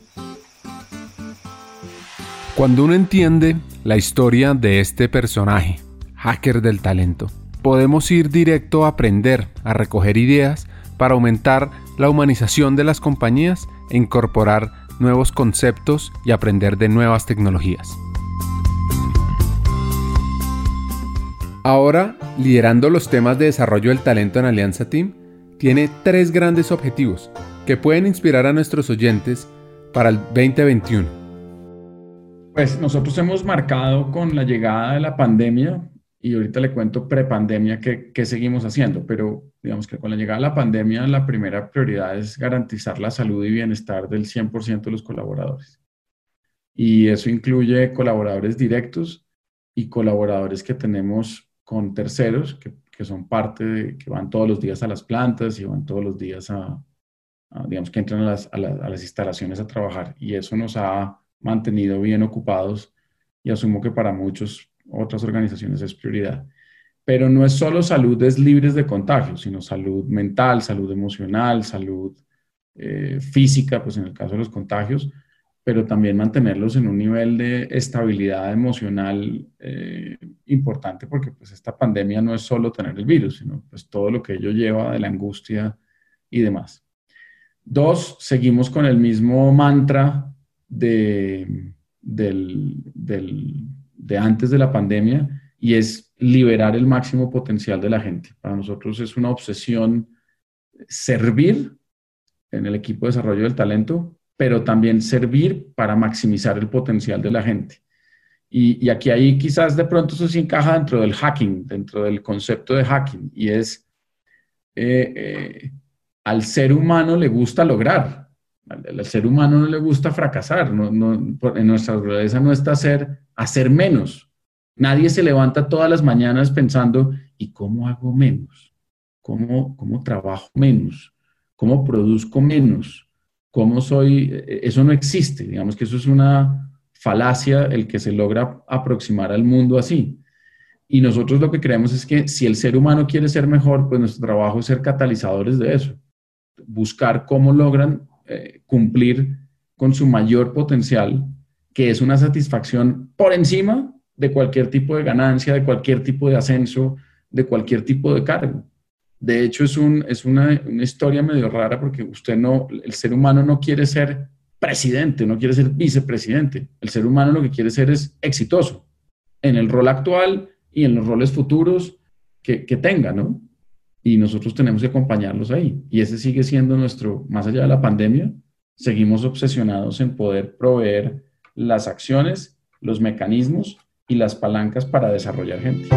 Cuando uno entiende la historia de este personaje, hacker del talento, podemos ir directo a aprender, a recoger ideas para aumentar la humanización de las compañías e incorporar nuevos conceptos y aprender de nuevas tecnologías. Ahora, liderando los temas de desarrollo del talento en Alianza Team, tiene 3 grandes objetivos que pueden inspirar a nuestros oyentes para el 2021. Pues nosotros hemos marcado con la llegada de la pandemia, y ahorita le cuento prepandemia qué seguimos haciendo, pero digamos que con la llegada de la pandemia la primera prioridad es garantizar la salud y bienestar del 100% de los colaboradores. Y eso incluye colaboradores directos y colaboradores que tenemos con terceros, que son parte que van todos los días a las plantas y van todos los días digamos que entran a las instalaciones a trabajar. Y eso nos ha mantenido bien ocupados y asumo que para muchas otras organizaciones es prioridad. Pero no es solo saludes libres de contagio, sino salud mental, salud emocional, salud física, pues en el caso de los contagios, pero también mantenerlos en un nivel de estabilidad emocional importante, porque pues esta pandemia no es solo tener el virus, sino pues todo lo que ello lleva de la angustia y demás. 2, seguimos con el mismo mantra de antes de la pandemia, y es liberar el máximo potencial de la gente. Para nosotros es una obsesión servir en el equipo de desarrollo del talento, pero también servir para maximizar el potencial de la gente. Y aquí ahí quizás de pronto eso sí encaja dentro del hacking, dentro del concepto de hacking, y es al ser humano le gusta lograr, al ser humano no le gusta fracasar, en nuestra naturaleza no está hacer menos. Nadie se levanta todas las mañanas pensando, ¿y cómo hago menos? ¿Cómo trabajo menos? ¿Cómo produzco menos? ¿Cómo soy? Eso no existe. Digamos que eso es una falacia el que se logra aproximar al mundo así. Y nosotros lo que creemos es que si el ser humano quiere ser mejor, pues nuestro trabajo es ser catalizadores de eso. Buscar cómo logran cumplir con su mayor potencial, que es una satisfacción por encima de cualquier tipo de ganancia, de cualquier tipo de ascenso, de cualquier tipo de cargo. De hecho, es una historia medio rara porque el ser humano no quiere ser presidente, no quiere ser vicepresidente. El ser humano lo que quiere ser es exitoso en el rol actual y en los roles futuros que tenga, ¿no? Y nosotros tenemos que acompañarlos ahí. Y ese sigue siendo más allá de la pandemia, seguimos obsesionados en poder proveer las acciones, los mecanismos y las palancas para desarrollar gente.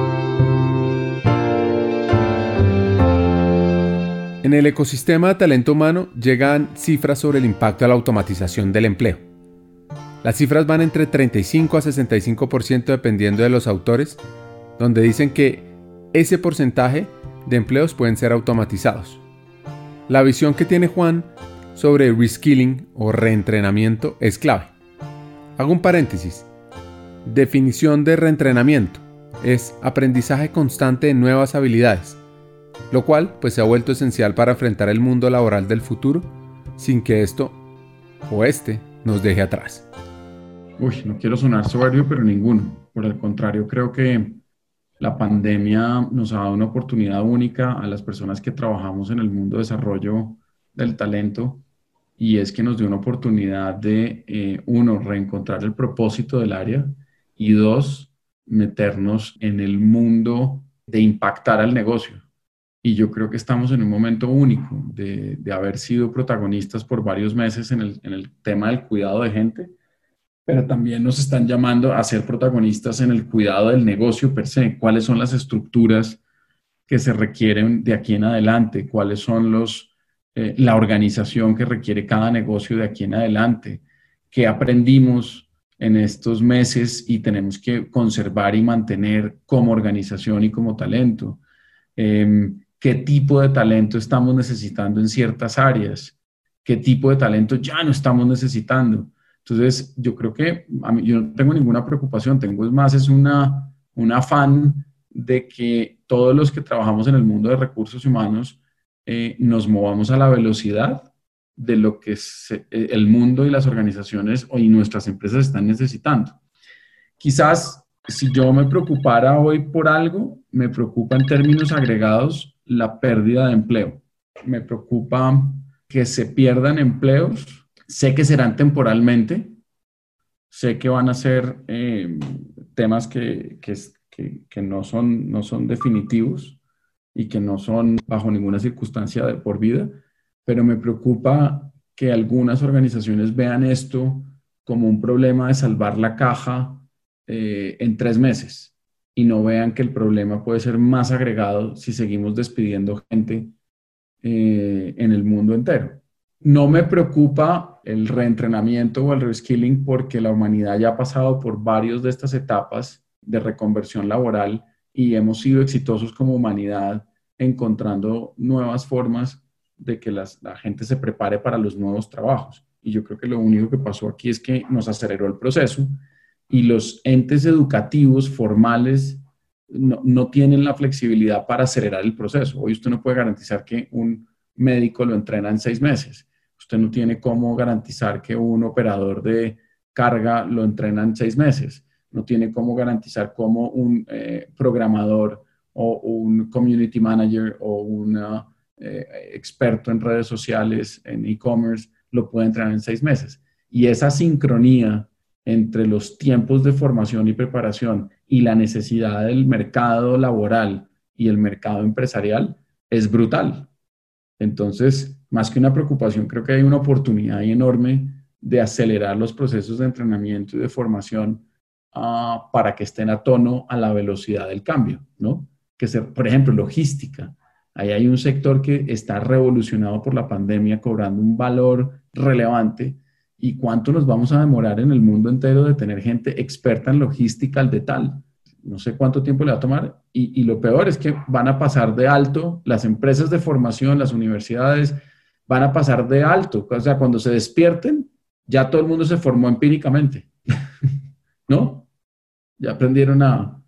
En el ecosistema de talento humano llegan cifras sobre el impacto de la automatización del empleo. Las cifras van entre 35 a 65% dependiendo de los autores, donde dicen que ese porcentaje de empleos pueden ser automatizados. La visión que tiene Juan sobre reskilling o reentrenamiento es clave. Hago un paréntesis. Definición de reentrenamiento es aprendizaje constante de nuevas habilidades, lo cual pues se ha vuelto esencial para enfrentar el mundo laboral del futuro sin que esto o nos deje atrás. No quiero sonar soberbio, pero ninguno. Por el contrario, creo que la pandemia nos ha dado una oportunidad única a las personas que trabajamos en el mundo de desarrollo del talento, y es que nos dio una oportunidad de, 1, reencontrar el propósito del área, y 2, meternos en el mundo de impactar al negocio. Y yo creo que estamos en un momento único de haber sido protagonistas por varios meses en el tema del cuidado de gente, pero también nos están llamando a ser protagonistas en el cuidado del negocio per se. ¿Cuáles son las estructuras que se requieren de aquí en adelante? ¿Cuáles son la organización que requiere cada negocio de aquí en adelante? ¿Qué aprendimos en estos meses y tenemos que conservar y mantener como organización y como talento? ¿Qué tipo de talento estamos necesitando en ciertas áreas? ¿Qué tipo de talento ya no estamos necesitando? Entonces, yo creo que yo no tengo ninguna preocupación, es un afán de que todos los que trabajamos en el mundo de recursos humanos nos movamos a la velocidad de lo que el mundo y las organizaciones y nuestras empresas están necesitando. Quizás si yo me preocupara hoy por algo, me preocupa en términos agregados la pérdida de empleo. Me preocupa que se pierdan empleos. Sé que serán temporalmente. Sé que van a ser temas que no son definitivos y que no son bajo ninguna circunstancia de por vida, pero me preocupa que algunas organizaciones vean esto como un problema de salvar la caja en 3 meses y no vean que el problema puede ser más agregado si seguimos despidiendo gente en el mundo entero. No me preocupa el reentrenamiento o el reskilling porque la humanidad ya ha pasado por varias de estas etapas de reconversión laboral y hemos sido exitosos como humanidad encontrando nuevas formas de que la gente se prepare para los nuevos trabajos. Y yo creo que lo único que pasó aquí es que nos aceleró el proceso y los entes educativos formales no tienen la flexibilidad para acelerar el proceso. Hoy usted no puede garantizar que un médico lo entrena en 6 meses. Usted no tiene cómo garantizar que un operador de carga lo entrena en 6 meses. No tiene cómo garantizar cómo un programador o un community manager o un experto en redes sociales, en e-commerce, lo puede entrenar en 6 meses. Y esa sincronía entre los tiempos de formación y preparación y la necesidad del mercado laboral y el mercado empresarial es brutal. Entonces, más que una preocupación, creo que hay una oportunidad enorme de acelerar los procesos de entrenamiento y de formación para que estén a tono a la velocidad del cambio, ¿no? Por ejemplo, logística. Ahí hay un sector que está revolucionado por la pandemia, cobrando un valor relevante. ¿Y cuánto nos vamos a demorar en el mundo entero de tener gente experta en logística al detal? No sé cuánto tiempo le va a tomar. Y lo peor es que van a pasar de alto, las empresas de formación, las universidades, van a pasar de alto. O sea, cuando se despierten, ya todo el mundo se formó empíricamente, ¿no? Ya aprendieron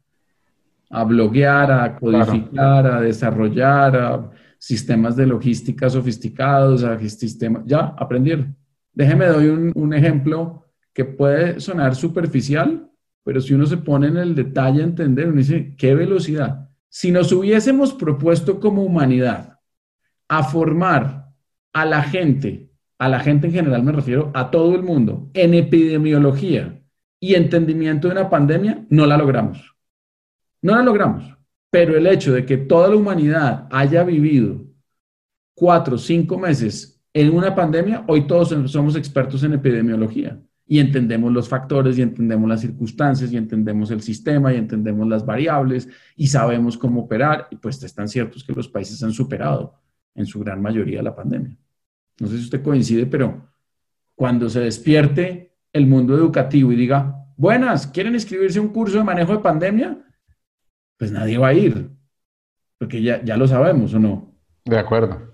a bloguear, a codificar, a desarrollar, a sistemas de logística sofisticados, a sistemas, ya aprendieron. Déjeme doy un ejemplo que puede sonar superficial, pero si uno se pone en el detalle a entender, uno dice, ¿qué velocidad? Si nos hubiésemos propuesto como humanidad a formar a la gente en general me refiero a todo el mundo, en epidemiología y entendimiento de una pandemia, no la logramos. No la logramos. Pero el hecho de que toda la humanidad haya vivido 4 o 5 meses en una pandemia, hoy todos somos expertos en epidemiología y entendemos los factores y entendemos las circunstancias y entendemos el sistema y entendemos las variables y sabemos cómo operar. Y pues están ciertos que los países han superado en su gran mayoría la pandemia. No sé si usted coincide, pero cuando se despierte el mundo educativo y diga, buenas, ¿quieren inscribirse a un curso de manejo de pandemia? Pues nadie va a ir, porque ya lo sabemos, ¿o no? De acuerdo.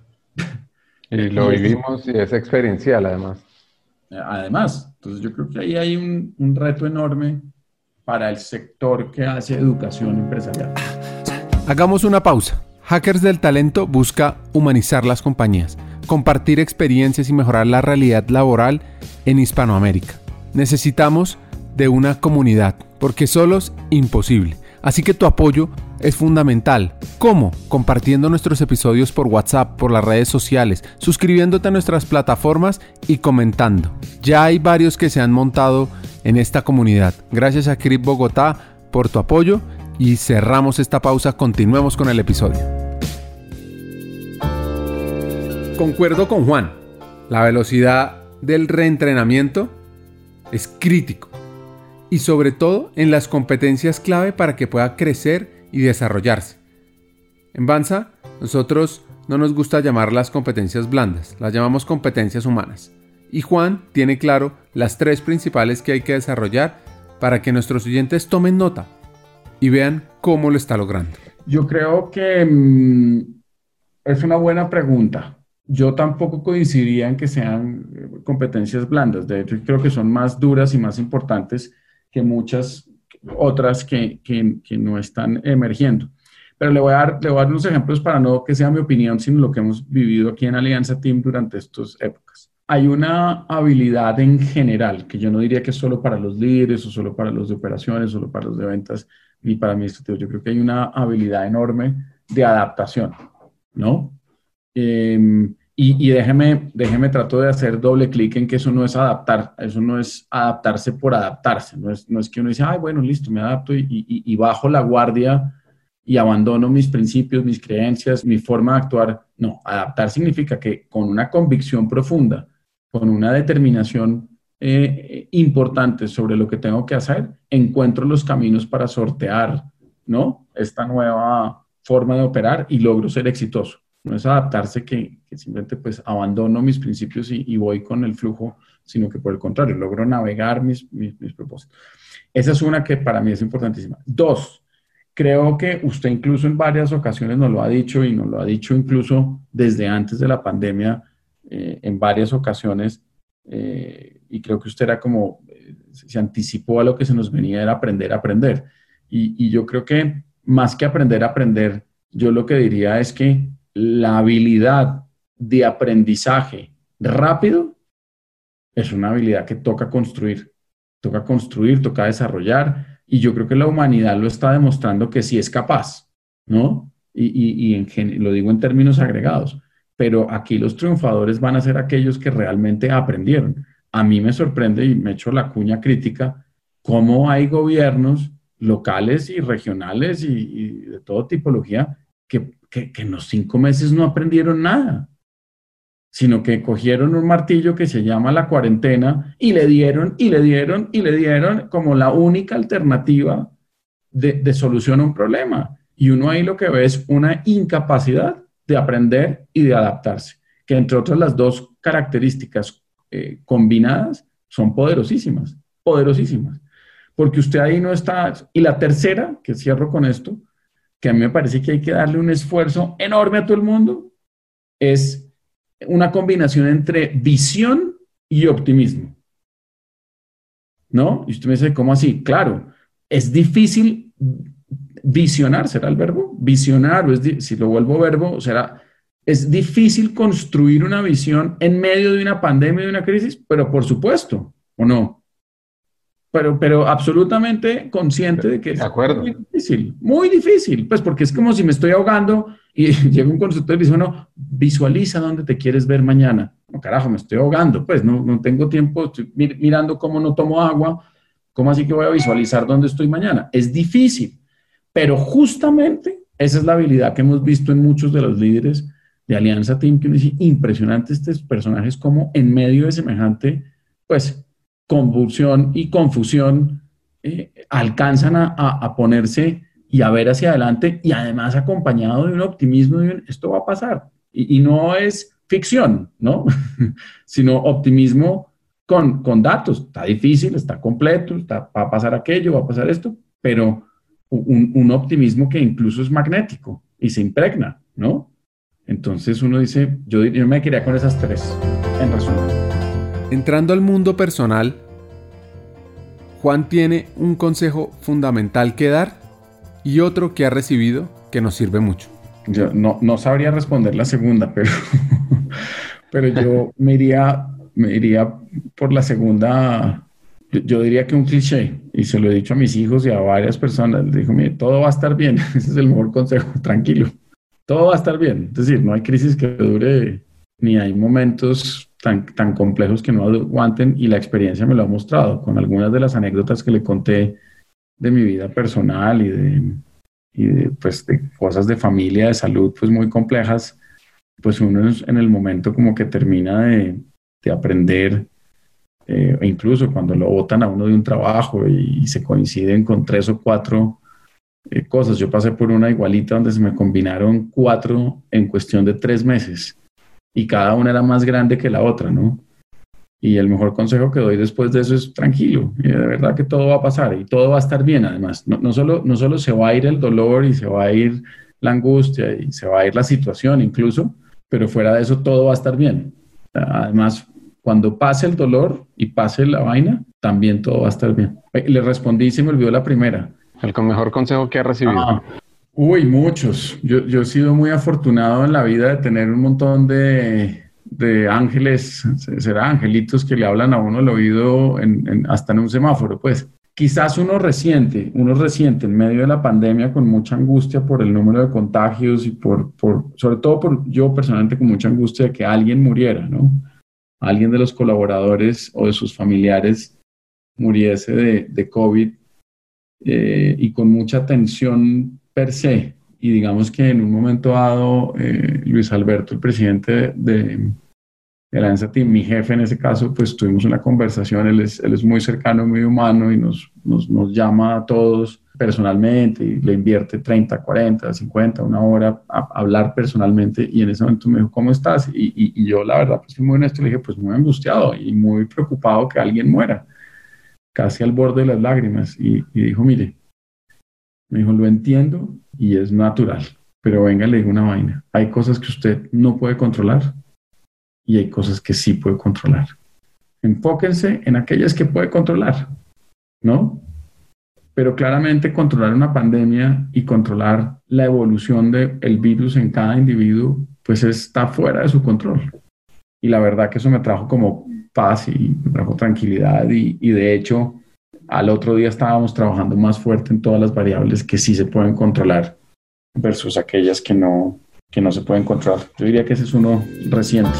Y lo vivimos y es experiencial, además. Además, entonces yo creo que ahí hay un reto enorme para el sector que hace educación empresarial. Hagamos una pausa. Hackers del Talento busca humanizar las compañías, compartir experiencias y mejorar la realidad laboral en Hispanoamérica. Necesitamos de una comunidad, porque solos imposible. Así que tu apoyo es fundamental. ¿Cómo? Compartiendo nuestros episodios por WhatsApp, por las redes sociales, suscribiéndote a nuestras plataformas y comentando. Ya hay varios que se han montado en esta comunidad. Gracias a Crip Bogotá por tu apoyo y cerramos esta pausa. Continuemos con el episodio. Concuerdo con Juan. La velocidad del reentrenamiento es crítico. Y sobre todo en las competencias clave para que pueda crecer y desarrollarse. En Banza, nosotros no nos gusta llamar las competencias blandas, las llamamos competencias humanas. Y Juan tiene claro las 3 principales que hay que desarrollar para que nuestros oyentes tomen nota y vean cómo lo está logrando. Yo creo que es una buena pregunta. Yo tampoco coincidiría en que sean competencias blandas. De hecho, creo que son más duras y más importantes que muchas otras que no están emergiendo. Pero le voy a dar unos ejemplos para no que sea mi opinión, sino lo que hemos vivido aquí en Alianza Team durante estas épocas. Hay una habilidad en general, que yo no diría que es solo para los líderes o solo para los de operaciones, solo para los de ventas, ni para administrativos. Yo creo que hay una habilidad enorme de adaptación, ¿no? Y déjeme trato de hacer doble clic en que eso no es adaptar, eso no es adaptarse por adaptarse, no es que uno dice, ay, bueno, listo, me adapto y bajo la guardia y abandono mis principios, mis creencias, mi forma de actuar. No, adaptar significa que con una convicción profunda, con una determinación importante sobre lo que tengo que hacer, encuentro los caminos para sortear, ¿no?, esta nueva forma de operar y logro ser exitoso. No es adaptarse que simplemente pues abandono mis principios y voy con el flujo, sino que por el contrario, logro navegar mis propósitos. Esa es una que para mí es importantísima. Dos, creo que usted incluso en varias ocasiones nos lo ha dicho y nos lo ha dicho incluso desde antes de la pandemia, en varias ocasiones, y creo que usted era como, se anticipó a lo que se nos venía, era aprender a aprender. Y yo creo que más que aprender a aprender, yo lo que diría es que la habilidad de aprendizaje rápido es una habilidad que toca construir, toca desarrollar, y yo creo que la humanidad lo está demostrando que sí es capaz, ¿no? Lo digo en términos agregados, pero aquí los triunfadores van a ser aquellos que realmente aprendieron. A mí me sorprende, y me echo la cuña crítica, cómo hay gobiernos locales y regionales y de toda tipología que en los 5 meses no aprendieron nada, sino que cogieron un martillo que se llama la cuarentena y le dieron como la única alternativa de solución a un problema. Y uno ahí lo que ve es una incapacidad de aprender y de adaptarse, que entre otras las dos características combinadas son poderosísimas, poderosísimas, porque usted ahí no está. Y la tercera, que cierro con esto, que a mí me parece que hay que darle un esfuerzo enorme a todo el mundo, es una combinación entre visión y optimismo, ¿no? Y usted me dice, ¿cómo así? Claro, es difícil visionar, ¿será el verbo? Visionar, o si lo vuelvo verbo, será, es difícil construir una visión en medio de una pandemia, de una crisis, pero por supuesto, ¿o no? Pero absolutamente consciente de que De es acuerdo. muy difícil, pues porque es como si me estoy ahogando y llega un consultor y dice, bueno, visualiza dónde te quieres ver mañana. No, carajo, me estoy ahogando, pues no tengo tiempo, estoy mirando cómo no tomo agua, ¿cómo así que voy a visualizar dónde estoy mañana? Es difícil, pero justamente esa es la habilidad que hemos visto en muchos de los líderes de Alianza Team, que uno dice, impresionante estos personajes como en medio de semejante, pues, convulsión y confusión, alcanzan a ponerse y a ver hacia adelante, y además acompañado de un optimismo de esto va a pasar. Y no es ficción, ¿no? Sino optimismo con datos. Está difícil, está completo, va a pasar aquello, va a pasar esto, pero un optimismo que incluso es magnético y se impregna, ¿no? Entonces uno dice, yo me quedaría con esas tres, en resumen. Entrando al mundo personal, Juan tiene un consejo fundamental que dar y otro que ha recibido que nos sirve mucho. Yo no sabría responder la segunda, pero yo me iría por la segunda. Yo diría que un cliché, y se lo he dicho a mis hijos y a varias personas. Les digo, mire, todo va a estar bien. Ese es el mejor consejo, tranquilo. Todo va a estar bien. Es decir, no hay crisis que dure, ni hay momentos tan complejos que no aguanten, y la experiencia me lo ha mostrado con algunas de las anécdotas que le conté de mi vida personal pues, de cosas de familia, de salud, pues muy complejas. Pues uno en el momento como que termina de aprender, e incluso cuando lo botan a uno de un trabajo y se coinciden con 3 o 4 cosas. Yo pasé por una igualita donde se me combinaron 4 en cuestión de 3 meses y cada una era más grande que la otra, ¿no? Y el mejor consejo que doy después de eso es tranquilo, de verdad que todo va a pasar y todo va a estar bien. Además, no solo se va a ir el dolor y se va a ir la angustia y se va a ir la situación incluso, pero fuera de eso todo va a estar bien. Además, cuando pase el dolor y pase la vaina, también todo va a estar bien. Le respondí y se me olvidó la primera. El mejor consejo que ha recibido. Uy, muchos. Yo he sido muy afortunado en la vida de tener un montón de ángeles, será angelitos que le hablan a uno al oído hasta en un semáforo, pues. Quizás uno reciente en medio de la pandemia con mucha angustia por el número de contagios y sobre todo yo personalmente con mucha angustia de que alguien muriera, ¿no? Alguien de los colaboradores o de sus familiares muriese de COVID, y con mucha tensión per se. Y digamos que en un momento dado, Luis Alberto, el presidente de la ENSATI, mi jefe en ese caso, pues tuvimos una conversación. Él es muy cercano, muy humano y nos llama a todos personalmente y le invierte 30, 40, 50, una hora a hablar personalmente. Y en ese momento me dijo, ¿cómo estás? Y yo, la verdad, pues fui muy honesto, le dije, pues muy angustiado y muy preocupado que alguien muera, casi al borde de las lágrimas. Y dijo, mire, me dijo, lo entiendo y es natural, pero venga, le digo una vaina. Hay cosas que usted no puede controlar y hay cosas que sí puede controlar. Enfóquense en aquellas que puede controlar, ¿no? Pero claramente controlar una pandemia y controlar la evolución del virus en cada individuo, pues está fuera de su control. Y la verdad que eso me trajo como paz y me trajo tranquilidad y de hecho al otro día estábamos trabajando más fuerte en todas las variables que sí se pueden controlar versus aquellas que no se pueden controlar. Yo diría que ese es uno reciente.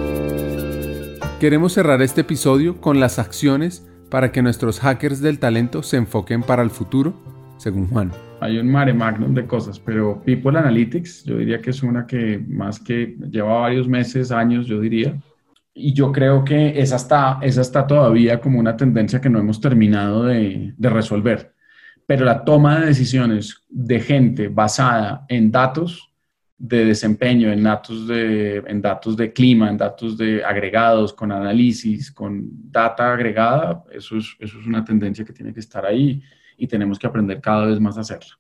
Queremos cerrar este episodio con las acciones para que nuestros hackers del talento se enfoquen para el futuro, según Juan. Hay un mare magnum de cosas, pero People Analytics yo diría que es una que más que lleva varios meses, años, yo diría. Y yo creo que esa está todavía como una tendencia que no hemos terminado de resolver. Pero la toma de decisiones de gente basada en datos de desempeño, en datos de clima, en datos de agregados, con análisis, con data agregada, eso es una tendencia que tiene que estar ahí y tenemos que aprender cada vez más a hacerla.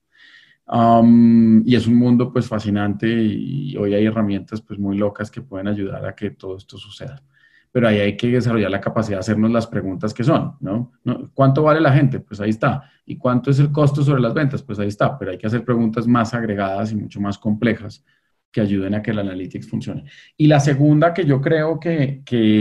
Y es un mundo pues fascinante y hoy hay herramientas pues muy locas que pueden ayudar a que todo esto suceda. Pero ahí hay que desarrollar la capacidad de hacernos las preguntas que son, ¿no? ¿Cuánto vale la gente? Pues ahí está. ¿Y cuánto es el costo sobre las ventas? Pues ahí está. Pero hay que hacer preguntas más agregadas y mucho más complejas que ayuden a que el analytics funcione. Y la segunda que yo creo que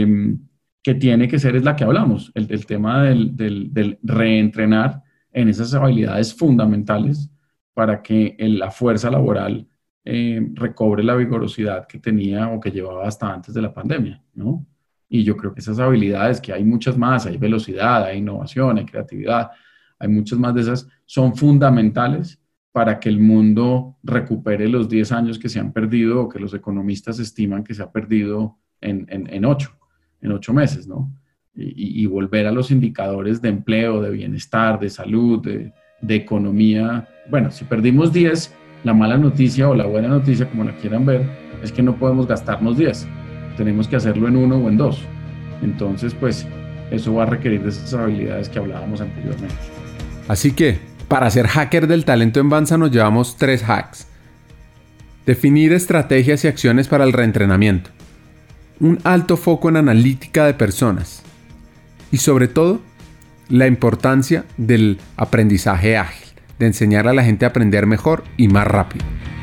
tiene que ser es la que hablamos, el tema del reentrenar en esas habilidades fundamentales para que la fuerza laboral recobre la vigorosidad que tenía o que llevaba hasta antes de la pandemia, ¿no? Y yo creo que esas habilidades, que hay muchas más, hay velocidad, hay innovación, hay creatividad, hay muchas más de esas, son fundamentales para que el mundo recupere los 10 años que se han perdido o que los economistas estiman que se ha perdido en 8 meses, ¿no? Y volver a los indicadores de empleo, de bienestar, de salud, de economía. Bueno, si perdimos 10, la mala noticia o la buena noticia, como la quieran ver, es que no podemos gastarnos 10. Tenemos que hacerlo en 1 o en 2. Entonces, pues, eso va a requerir de esas habilidades que hablábamos anteriormente. Así que, para ser hacker del talento en Vanza nos llevamos 3 hacks. Definir estrategias y acciones para el reentrenamiento. Un alto foco en analítica de personas. Y sobre todo, la importancia del aprendizaje ágil, de enseñar a la gente a aprender mejor y más rápido.